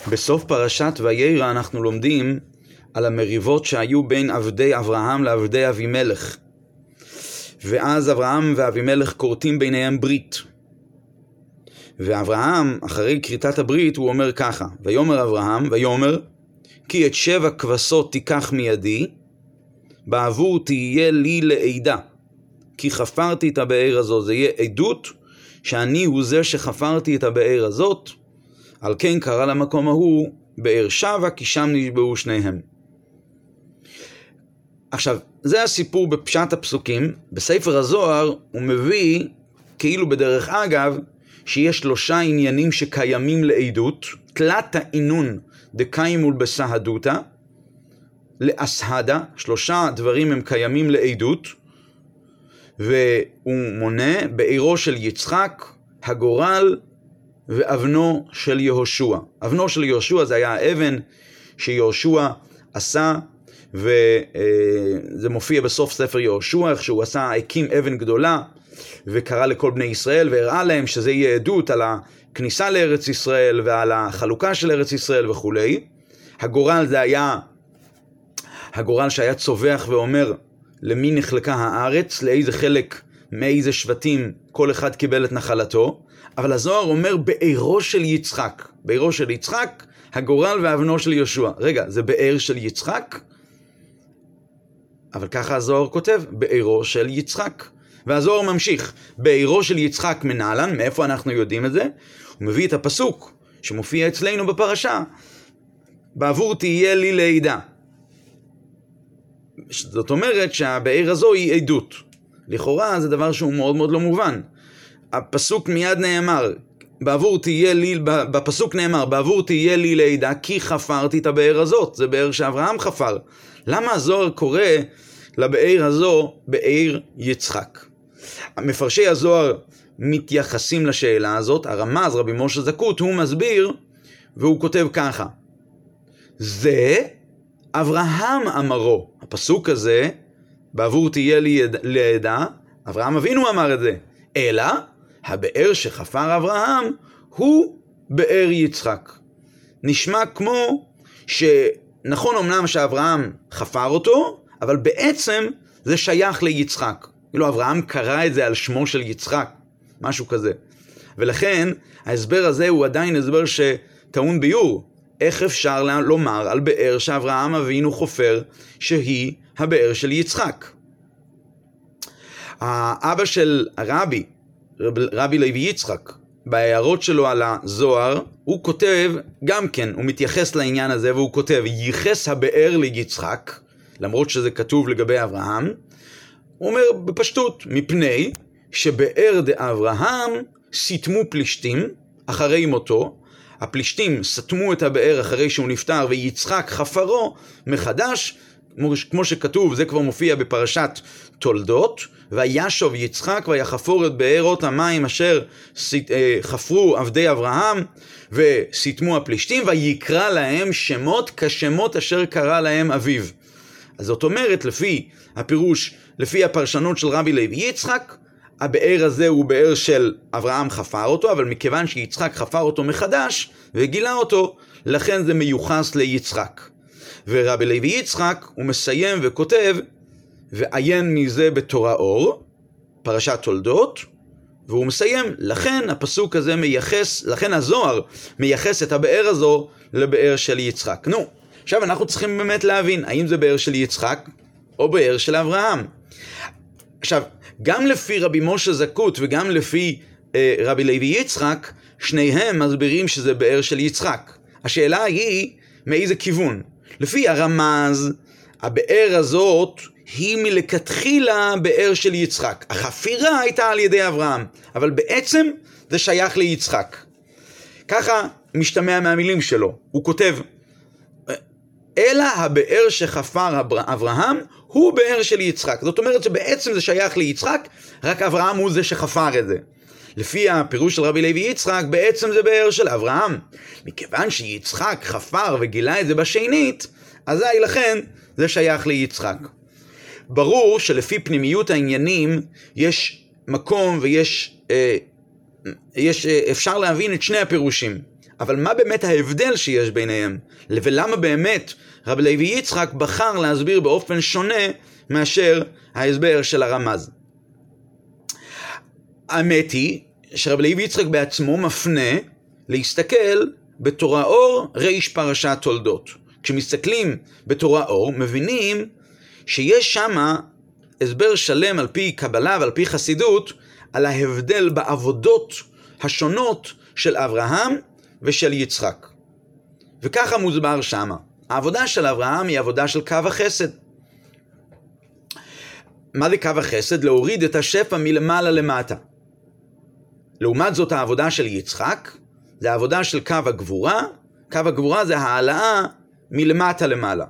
בסוף פרשת וירא אנחנו לומדים על המריבות שהיו בין עבדי אברהם לעבדי אבימלך. ואז אברהם ואבימלך כורתים ביניהם ברית. ואברהם, אחרי כריתת הברית, הוא אומר ככה: ויאמר אברהם, ויאמר, כי את 7 כבשות תיקח מידי, בעבור תהיה לי לעדה, כי חפרתי את הבאר הזאת. זה יהיה עדות שאני הוא זה שחפרתי את הבאר הזאת. על כן קרא למקום ההוא באר שבע, כי שם נשבעו שניהם. עכשיו, זה הסיפור בפשט הפסוקים. בספר הזוהר הוא מביא, כאילו בדרך אגב, שיש 3 עניינים שקיימים לעדות. תלת העינון דקיימול בסהדותא, לאסהדה, 3 דברים הם קיימים לעדות. והוא מונה בארו של יצחק, הגורל ואבנו של יהושע. אבנו של יהושע זה היה האבן שיהושע עשה, וזה מופיע בסוף ספר יהושע, איך שהוא עשה, הקים אבן גדולה וקרא לכל בני ישראל והראה להם שזה יהיה עדות על הכניסה לארץ ישראל ועל החלוקה של ארץ ישראל וכו'. הגורל זה היה הגורל שהיה צובח ואומר למי נחלקה הארץ, לאיזה חלק מאיזה שבטים כל אחד קיבל את נחלתו. אבל הזוהר אומר בארו של יצחק. בארו של יצחק, הגורל ואבנו של יהושע. רגע, זה באר של יצחק? אבל ככה הזוהר כותב, בארו של יצחק. והזוהר ממשיך, בארו של יצחק מנהלן. מאיפה אנחנו יודעים את זה? הוא מביא את הפסוק שמופיע אצלנו בפרשה, בעבור תהיה לי לעדה. זאת אומרת שהבאר הזו היא עדות. לכאורה זה דבר שהוא מאוד מאוד לא מובן. הפסוק מיד נאמר, בפסוק נאמר, בעבור תהיה לי לעדה, כי חפרתי את הבאר הזאת. זה באר שאברהם חפר. למה הזוהר קורא לבאר הזו באר יצחק? מפרשי הזוהר מתייחסים לשאלה הזאת. הרמז, רבי משה זקוט, הוא מסביר, והוא כותב ככה: זה אברהם אמרו. הפסוק הזה, בעבור תהיה לי לעדה, אברהם אבינו אמר את זה. אלא הבאר שחפר אברהם הוא באר יצחק. נשמע כמו שנכון אמנם שאברהם חפר אותו, אבל בעצם זה שייך ליצחק. כאילו אברהם קרא את זה על שמו של יצחק, משהו כזה. ולכן ההסבר הזה הוא עדיין הסבר שטעון ביור. איך אפשר לומר על באר שאברהם אבינו חופר שהיא הבאר של יצחק? האבא של רבי לוי יצחק, בהערות שלו על הזוהר, הוא כותב, גם כן, הוא מתייחס לעניין הזה, והוא כותב, ייחס הבאר ליצחק, למרות שזה כתוב לגבי אברהם. הוא אומר בפשטות, מפני שבאר דאברהם סתמו פלישתים אחרי מותו. הפלישתים סתמו את הבאר אחרי שהוא נפטר, ויצחק חפרו מחדש, כמו שכתוב, זה כבר מופיע בפרשת תולדות, וישוב יצחק ויחפור את בארות המים אשר חפרו עבדי אברהם וסתמו הפלישתים, ויקרא להם שמות כשמות אשר קרא להם אביו. אז זאת אומרת, לפי הפירוש, לפי הפרשנות של רבי לוי יצחק, הבאר הזה הוא באר של אברהם חפר אותו, אבל מכיוון שיצחק חפר אותו מחדש וגילה אותו, לכן זה מיוחס ליצחק. ורבי לוי יצחק הוא מסיים וכותב, ועיין מזה בתורה אור, פרשת תולדות, והוא מסיים, לכן הפסוק הזה מייחס, לכן הזוהר מייחס את הבאר הזו לבאר של יצחק. נו, עכשיו אנחנו צריכים באמת להבין, האם זה באר של יצחק או באר של אברהם? עכשיו, גם לפי רבי משה זקוט וגם לפי רבי לוי יצחק, שניהם מסבירים שזה באר של יצחק. השאלה היא, מאיזה כיוון? לפי הרמז, הבאר הזאת היא מלכתחילה באר של יצחק. החפירה הייתה על ידי אברהם, אבל בעצם זה שייך ליצחק. ככה משתמע מהמילים שלו. הוא כותב, אלא הבאר שחפר אברהם הוא באר של יצחק. זאת אומרת שבעצם זה שייך ליצחק, רק אברהם הוא זה שחפר את זה. לפי הפירוש של רבי לוי יצחק, בעצם זה באר של אברהם. מכיוון שיצחק חפר וגילה את זה בשנית, אזי לכן זה שייך ליצחק. ברור שלפי פנימיות העניינים יש מקום ויש אפשר להבין את שני הפירושים. אבל מה באמת ההבדל שיש ביניהם? ולמה באמת רבי לוי יצחק בחר להסביר באופן שונה מאשר ההסבר של הרמז? האמת היא שרבי לוי יצחק בעצמו מפנה להסתכל בתורה אור ריש פרשת תולדות. כשמסתכלים בתורה אור מבינים שיש שם הסבר שלם על פי קבלה ועל פי חסידות על ההבדל בעבודות השונות של אברהם ושל יצחק. וככה מוסבר שמה. העבודה של אברהם היא עבודה של קו החסד. מה זה קו החסד? להוריד את השפע מלמעלה למטה. לעומת זאת העבודה של יצחק זה העבודה של קו הגבורה. קו הגבורה זה העלאה מלמטה למעלה.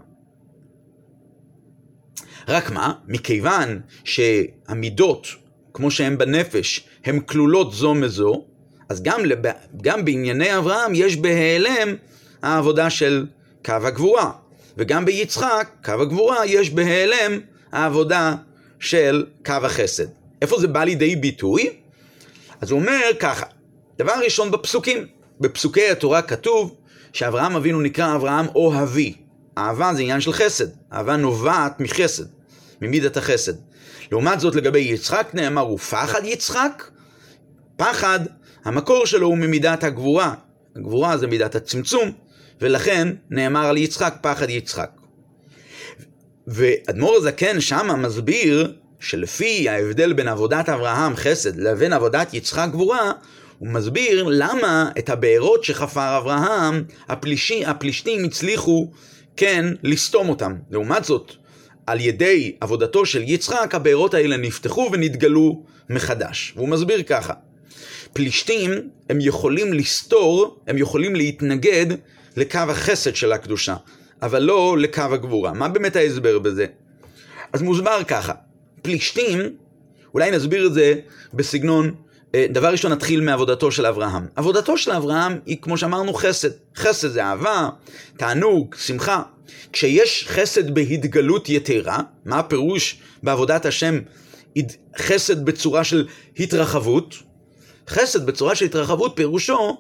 רק מה? מכיוון שהמידות, כמו שהן בנפש, הן כלולות זו מזו, אז גם בענייני אברהם יש בהיעלם העבודה של קו הגבורה. וגם ביצחק, קו הגבורה, יש בהיעלם העבודה של קו החסד. איפה זה בא לידי ביטוי? אז הוא אומר ככה, דבר ראשון בפסוקים. בפסוקי התורה כתוב שאברהם אבינו נקרא אברהם אוהבי. אהבה זה עניין של חסד. אהבה נובעת מחסד, ממידת החסד. לעומת זאת לגבי יצחק נאמר הוא פחד יצחק. פחד, המקור שלו הוא ממידת הגבורה. הגבורה זה מידת הצמצום, ולכן נאמר על יצחק פחד יצחק. ואדמו"ר הזקן שמה מסביר שלפי ההבדל בין עבודת אברהם חסד לבין עבודת יצחק גבורה, הוא מסביר למה את הבארות שחפר אברהם, הפלישתים הצליחו כן לסתום אותם. לעומת זאת, על ידי עבודתו של יצחק, הבארות האלה נפתחו ונתגלו מחדש. והוא מסביר ככה, פלישתים הם יכולים לסתור, הם יכולים להתנגד לקו החסד של הקדושה, אבל לא לקו הגבורה. מה באמת ההסבר בזה? אז מוסבר ככה, פלישתים, אולי נסביר את זה בסגנון, דבר ראשון נתחיל מעבודתו של אברהם. עבודתו של אברהם היא כמו שאמרנו חסד. חסד זה אהבה, תענוג, שמחה. כשיש חסד בהתגלות יתרה, מה הפירוש בעבודת השם חסד בצורה של התרחבות? חסד בצורה של התרחבות פירושו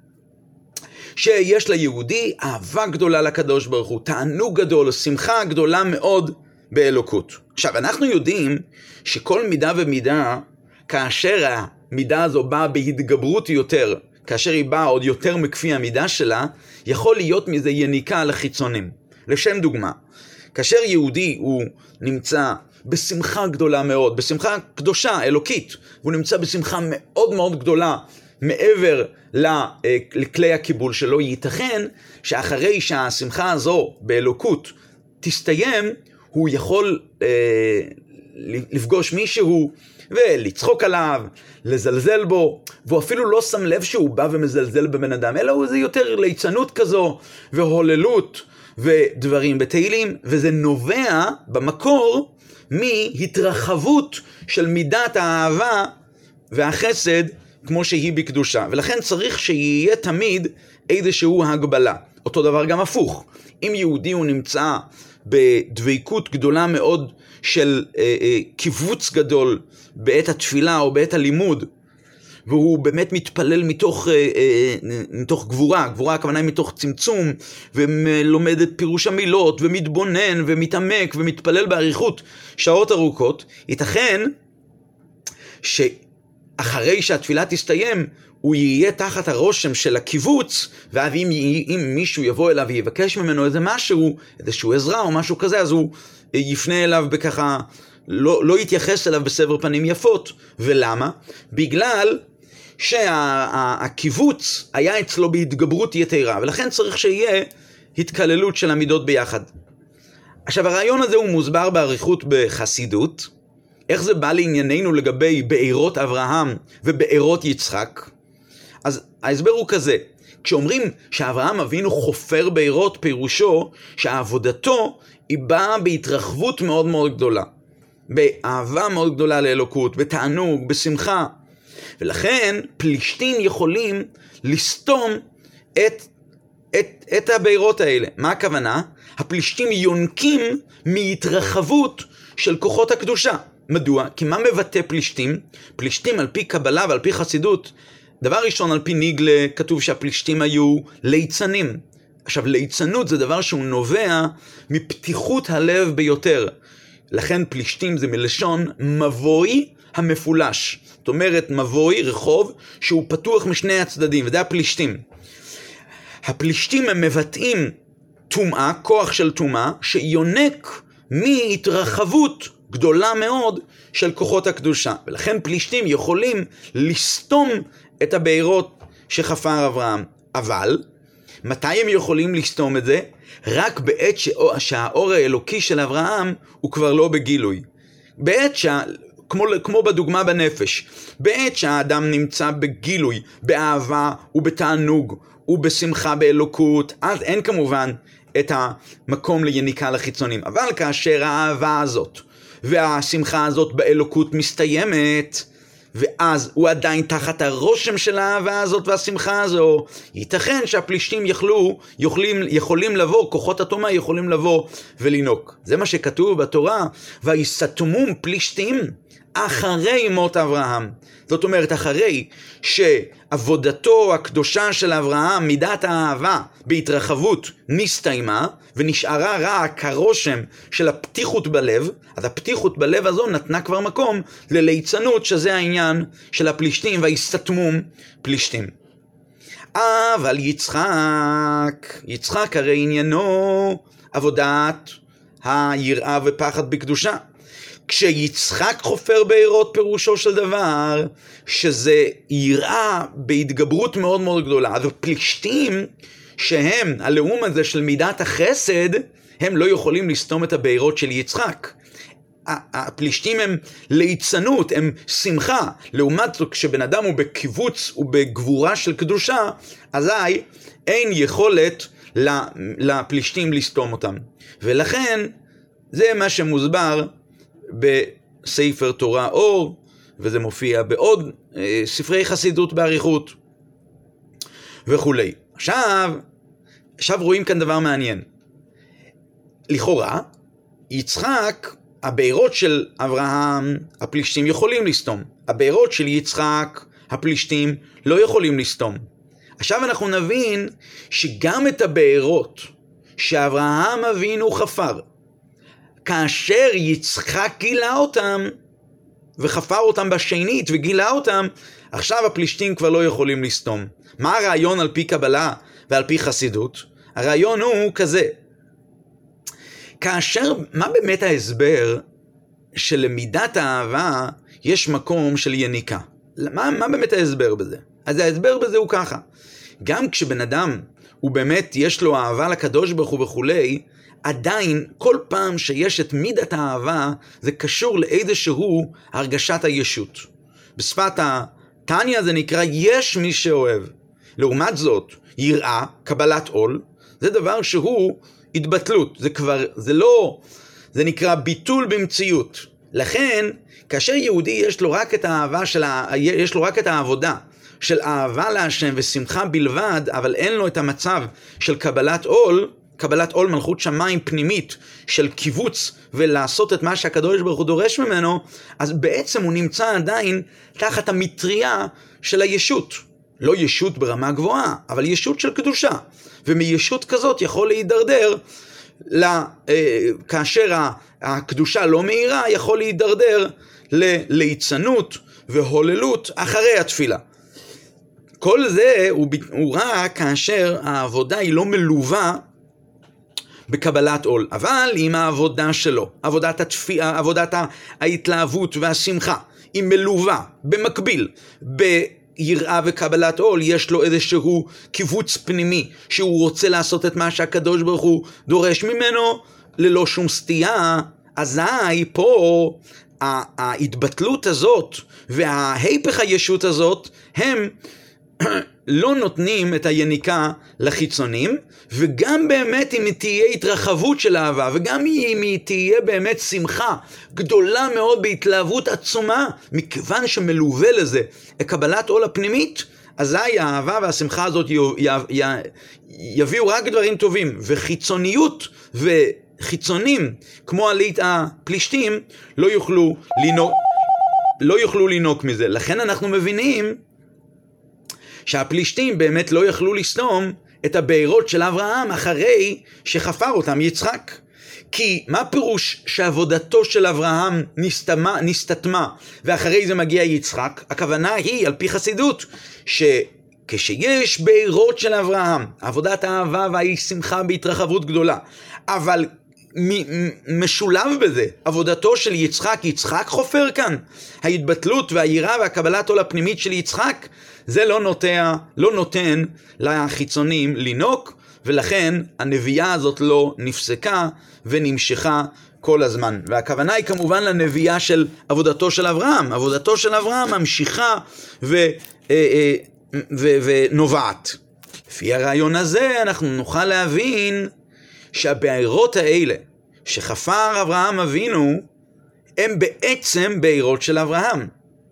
שיש ליהודי אהבה גדולה לקדוש ברוך הוא, תענוג גדול, שמחה גדולה מאוד באלוקות. עכשיו, אנחנו יודעים שכל מידה ומידה, כאשר המידה הזו באה בהתגברות יותר, כאשר היא באה עוד יותר מכפי המידה שלה, יכול להיות מזה יניקה לחיצונים. לשם דוגמה, כאשר יהודי הוא נמצא בשמחה גדולה מאוד, בשמחה קדושה, אלוקית, והוא נמצא בשמחה מאוד מאוד גדולה, מעבר לכלי הקיבול שלו, ייתכן שאחרי שהשמחה הזו באלוקות תסתיים, הוא יכול לפגוש מישהו ולצחוק עליו, לזלזל בו, והוא אפילו לא שם לב שהוא בא ומזלזל בבן אדם, אלא הוא זה יותר ליצנות כזו והוללות ודברים בתהילים, וזה נובע במקור מהתרחבות של מידת האהבה והחסד כמו שהיא בקדושה. ולכן צריך שיהיה תמיד איזשהו הגבלה. אותו דבר גם הפוך. אם יהודי הוא נמצא בדבקות גדולה מאוד של קיבוץ גדול בעת התפילה או בעת הלימוד, והוא באמת מתפלל מתוך גבורה, גבורה הכוונה היא מתוך צמצום, ולומד את פירוש המילות, ומתבונן, ומתעמק, ומתפלל בעריכות שעות ארוכות, ייתכן שאחרי שהתפילה תסתיים, הוא יהיה תחת הרושם של הקיבוץ, ואז אם מישהו יבוא אליו ויבקש ממנו איזה משהו, איזשהו עזרה או משהו כזה, אז הוא יפנה אליו בככה, לא יתייחס אליו בסבר פנים יפות. ולמה? בגלל שהקיבוץ היה אצלו בהתגברות יתרה, ולכן צריך שיהיה התקללות של המידות ביחד. עכשיו, הרעיון הזה הוא מוסבר בעריכות בחסידות. איך זה בא לענייננו לגבי בארות אברהם ובארות יצחק? אז ההסבר הוא כזה, כשאומרים שאברהם אבינו חופר בארות, פירושו שעבודתו היא באה בהתרחבות מאוד מאוד גדולה, באהבה מאוד גדולה לאלוקות, בתענוג, בשמחה. ולכן פלישתים יכולים לסתום את הבארות האלה. מה הכוונה? הפלישתים יונקים מהתרחבות של כוחות הקדושה. מדוע? כי מה מבטא פלישתים? פלישתים על פי קבלה ועל פי חסידות דבר ראשון, על פי ניגלה, כתוב שהפלישתים היו ליצנים. עכשיו, ליצנות זה דבר שהוא נובע מפתיחות הלב ביותר. לכן פלישתים זה מלשון מבוי המפולש. זאת אומרת, מבוי, רחוב, שהוא פתוח משני הצדדים, וזה הפלישתים. הפלישתים הם מבטאים טומאה, כוח של טומאה, שיונק מהתרחבות גדולה מאוד של כוחות הקדושה. ולכן פלישתים יכולים לסתום את הבארות שחפר אברהם. אבל, מתי הם יכולים לסתום את זה? רק בעת שהאור האלוקי של אברהם הוא כבר לא בגילוי. בעת כמו בדוגמה בנפש, בעת שהאדם נמצא בגילוי, באהבה ובתענוג ובשמחה באלוקות, אז אין כמובן את המקום ליניקה לחיצונים. אבל כאשר האהבה הזאת והשמחה הזאת באלוקות מסתיימת, ואז הוא עדיין תחת הרושם של האהבה הזאת והשמחה הזו, ייתכן שהפלישתים יכולים לבוא, כוחות הטומאה יכולים לבוא ולינוק. זה מה שכתוב בתורה, ויסתמום פלישתים אחרי מות אברהם. זאת אומרת, אחרי שעבודתו הקדושה של אברהם, מידת האהבה בהתרחבות נסתיימה, ונשארה רק הרושם של הפתיחות בלב, אז הפתיחות בלב הזו נתנה כבר מקום לליצנות, שזה העניין של הפלישתים, והסתתמום פלישתים. אבל יצחק הרי עניינו עבודת היראה ופחד בקדושה. כשיצחק חופר בארות, פירושו של דבר שזה יראה בהתגברות מאוד מאוד גדולה. אז הפלישתים שהם הלאום הזה של מידת החסד, הם לא יכולים לסתום את הבארות של יצחק. הפלישתים הם ליצנות, הם שמחה. לעומת זאת, כשבן אדם הוא בקיבוץ ובגבורה של קדושה, אזי אין יכולת לפלישתים לסתום אותם. ולכן זה מה שמוסבר בספר תורה אור, וזה מופיע בעוד ספרי חסידות באריכות וכולי. עכשיו רואים כאן דבר מעניין. לכאורה, יצחק, הבארות של אברהם, הפלישתים יכולים לסתום. הבארות של יצחק, הפלישתים לא יכולים לסתום. עכשיו אנחנו נבין שגם את הבארות שאברהם אבינו חפר, כאשר יצחק גילה אותם, וחפר אותם בשנית וגילה אותם, עכשיו הפלישתים כבר לא יכולים לסתום. מה הרעיון על פי קבלה ועל פי חסידות? הרעיון הוא כזה. מה באמת ההסבר שלמידת האהבה יש מקום של יניקה? מה באמת ההסבר בזה? אז ההסבר בזה הוא ככה. גם כשבן אדם הוא באמת יש לו אהבה לקדוש ברוך הוא וכולי, עדיין כל פעם שיש את מידת האהבה זה קשור לאיזשהו הרגשת הישות. בשפת התניא זה נקרא יש מי שאוהב. לעומת זאת, יראה, קבלת עול, זה דבר שהוא התבטלות. זה נקרא ביטול במציאות. לכן, כאשר יהודי יש לו רק את יש לו רק את העבודה של אהבה להשם ושמחה בלבד, אבל אין לו את המצב של קבלת עול מלכות שמיים פנימית של קיבוץ ולעשות את מה שהקדוש ברוך הוא דורש ממנו, אז בעצם הוא נמצא עדיין תחת המטריה של הישות. לא ישות ברמה גבוהה, אבל ישות של קדושה. ומישות כזאת יכול להידרדר, כאשר הקדושה לא מהירה, יכול להידרדר לליצנות והוללות אחרי התפילה. כל זה הוא רק כאשר העבודה היא לא מלווה בקבלת עול, אבל עם העבודה שלו, עבודת התפילה, עבודת ההתלהבות והשמחה, היא מלווה במקביל ביראה וקבלת עול, יש לו איזשהו קיבוץ פנימי שהוא רוצה לעשות את מה שהקדוש ברוך הוא דורש ממנו ללא שום סטייה. אזי פה ההתבטלות הזאת וההיפך הישות הזאת הם לא נותנים את היניקה לחיצונים, וגם באמת אם תהיה התרחבות של אהבה, וגם אם תהיה באמת שמחה גדולה מאוד בהתלהבות עצומה, מכיוון שמלווה לזה קבלת עול הפנימית, אזי האהבה והשמחה הזאת יביאו רק דברים טובים, וחיצוניות וחיצונים כמו עלית הפלישתים לא יוכלו לינוק מזה. לכן אנחנו מבינים שהפלישתים באמת לא יכלו לסתום את הבארות של אברהם אחרי שחפר אותם יצחק. כי מה פירוש שעבודתו של אברהם נסתתמה ואחרי זה מגיע יצחק? הכוונה היא על פי חסידות שכשיש בארות של אברהם, עבודת האהבה והשמחה בהתרחבות גדולה, אבל משולב בזה עבודתו של יצחק, יצחק חופר כאן, ההתבטלות והיראה והקבלת עול הפנימית של יצחק, זה לא נותן לחיצונים לנוק, ולכן הנביאה הזאת לא נפסקה ונמשכה כל הזמן. והכוונה היא כמובן לנביאה של עבודתו של אברהם. עבודתו של אברהם ממשיכה ונובעת. לפי הרעיון הזה אנחנו נוכל להבין שהבארות האלה שחפר אברהם אבינו הם בעצם בארות של אברהם.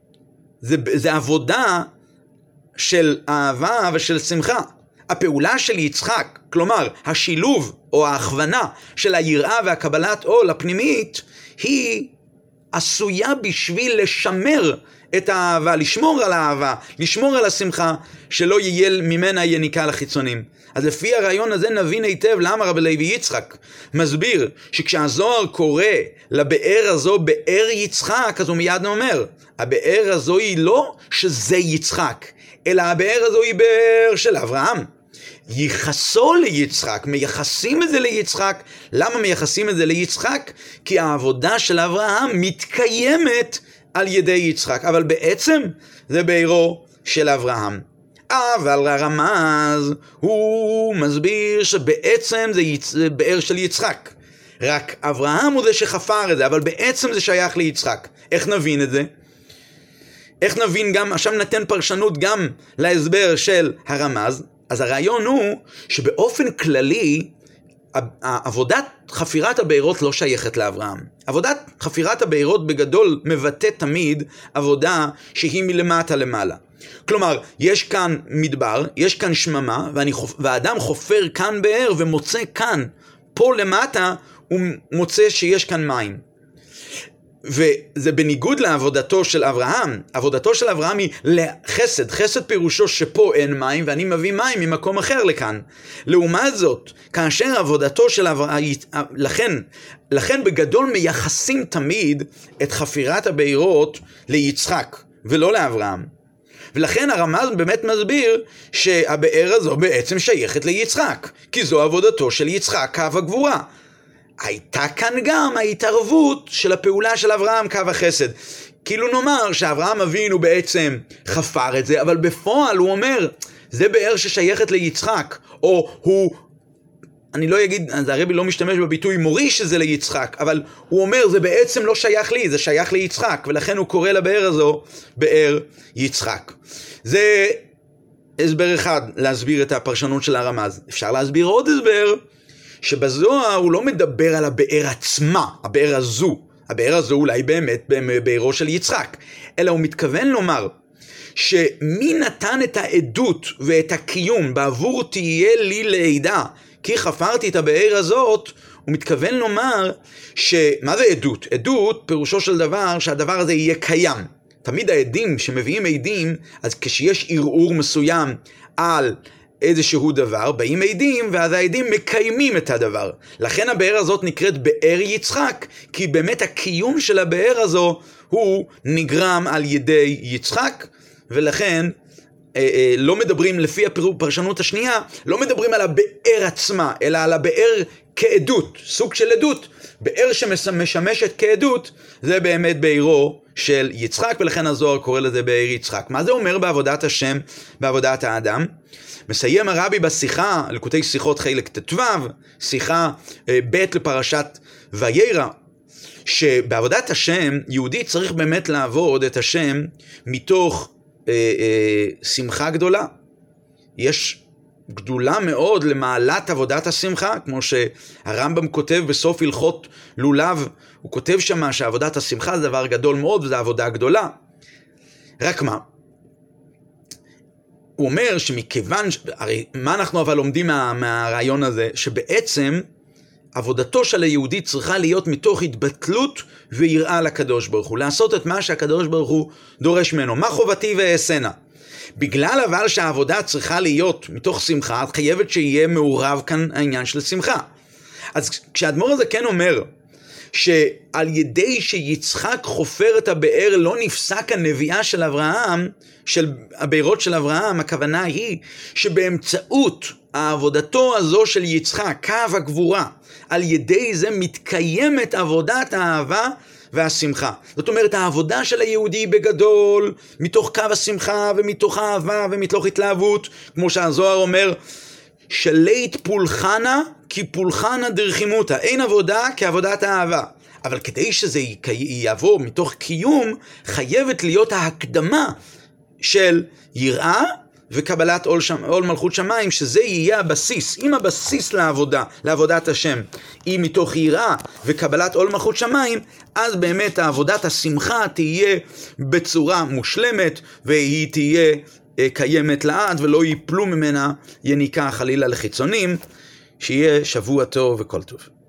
זה עבודה של אהבה ושל שמחה. הפעולה של יצחק, כלומר השילוב או ההכוונה של היראה והקבלת עול הפנימית, היא עשויה בשביל לשמר את האהבה, לשמור על האהבה, לשמור על השמחה, שלא יהיה ממנה יניקה לחיצונים. אז לפי הרעיון הזה נבין היטב למה רבי לוי יצחק מסביר שכשהזוהר קורא לבאר הזו באר יצחק, אז הוא מיד אומר, הבאר הזו היא לא שזה יצחק, אלא הבאר הזו היא באר של אברהם. ייחסו ליצחק, מייחסים את זה ליצחק. למה מייחסים את זה ליצחק? כי העבודה של אברהם מתקיימת על ידי יצחק, אבל בעצם זה בארו של אברהם. אבל הרמז הוא מסביר שבעצם זה באר של יצחק, רק אברהם הוא זה שחפר את זה, אבל בעצם זה שייך ליצחק. איך נבין את זה? איך נבין גם, עכשיו נתן פרשנות גם להסבר של הרמז. אז הרעיון הוא שבאופן כללי עבודת חפירת הבארות לא שייכת לאברהם. עבודת חפירת הבארות בגדול מבטא תמיד עבודה שהיא מלמטה למעלה. כלומר, יש כאן מדבר, יש כאן שממה, והאדם חופר כאן באר ומוצא כאן, פה למטה הוא מוצא שיש כאן מים. וזה בניגוד לעבודתו של אברהם. עבודתו של אברהם היא לחסד. חסד פירושו שפה אין מים ואני מביא מים ממקום אחר לכאן. לעומת זאת, כאשר עבודתו של אברהם, לכן בגדול מייחסים תמיד את חפירת הבארות ליצחק ולא לאברהם. ולכן הרמז באמת מסביר שהבאר הזו בעצם שייכת ליצחק, כי זו עבודתו של יצחק, קו הגבורה. הייתה כאן גם ההתערבות של הפעולה של אברהם, קו החסד. כאילו נאמר שאברהם אבינו בעצם חפר את זה, אבל בפועל הוא אומר, זה באר ששייכת ליצחק, או הוא, אני לא אגיד, הרבי לא משתמש בביטוי מוריש שזה ליצחק, אבל הוא אומר, זה בעצם לא שייך לי, זה שייך ליצחק, ולכן הוא קורא לבאר הזו, באר יצחק. זה הסבר אחד להסביר את הפרשנות של הרמז. אפשר להסביר עוד הסבר, שבזוהר הוא לא מדבר על הבאר עצמה, הבאר הזו. הבאר הזו אולי באמת בארו של יצחק, אלא הוא מתכוון לומר שמי נתן את העדות ואת הקיום בעבור תהיה לי לעדה, כי חפרתי את הבאר הזאת. הוא מתכוון לומר מה זה עדות? עדות פירושו של דבר שהדבר הזה יהיה קיים. תמיד העדים שמביאים עדים, אז כשיש ערעור מסוים על איזשהו דבר, באים עדים, ואז העדים מקיימים את הדבר. לכן הבאר הזאת נקראת באר יצחק, כי באמת הקיום של הבאר הזו הוא נגרם על ידי יצחק, ולכן לא מדברים לפי הפרשנות השנייה, לא מדברים על הבאר עצמה, אלא על הבאר כעדות, סוג של עדות. באר שמשמשת כעדות, זה באמת בארו של יצחק, ולכן הזוהר קורא לזה באר יצחק. מה זה אומר בעבודת השם, בעבודת האדם? מסיים הרבי בשיחה, לקוטי שיחות חלק ט"ו, שיחה ב' לפרשת ויירא, שבעבודת השם, יהודי צריך באמת לעבוד את השם מתוך שמחה גדולה. יש גדולה מאוד למעלת עבודת השמחה, כמו שהרמב"ם כותב בסוף הלכות לולב, הוא כותב שמה שעבודת השמחה זה דבר גדול מאוד, וזה עבודה גדולה. רק מה? הוא אומר שמכיוון, הרי מה אנחנו אבל לומדים מהרעיון הזה? שבעצם עבודתו של היהודי צריכה להיות מתוך התבטלות ויראה לקדוש ברוך הוא, לעשות את מה שהקדוש ברוך הוא דורש ממנו. מה חובתי ואעשנה? בגלל אבל שהעבודה צריכה להיות מתוך שמחה, את חייבת שיהיה מעורב כאן העניין של שמחה. אז כשאדמו"ר הזקן אומר שעל ידי שיצחק חופר את הבאר לא נפסק הנביאה של אברהם, של הבארות של אברהם, הכוונה היא שבאמצעות העבודתו הזו של יצחק, קו הגבורה, על ידי זה מתקיימת עבודת האהבה והשמחה. זאת אומרת, העבודה של היהודי בגדול, מתוך קו השמחה ומתוך האהבה ומתוך התלהבות, כמו שהזוהר אומר, שלית פולחנה כי פולחנה דרחימותה, אין עבודה כעבודת האהבה. אבל כדי שזה יעבור מתוך קיום, חייבת להיות ההקדמה של יראה וקבלת עול מלכות שמיים, שזה יהיה הבסיס. אם הבסיס לעבודת השם, היא מתוך יראה וקבלת עול מלכות שמיים, אז באמת עבודת השמחה תהיה בצורה מושלמת, והיא תהיה קיימת לעד, ולא ייפלו ממנה יניקה חלילה לחיצונים. שיהיה שבוע טוב וכל טוב.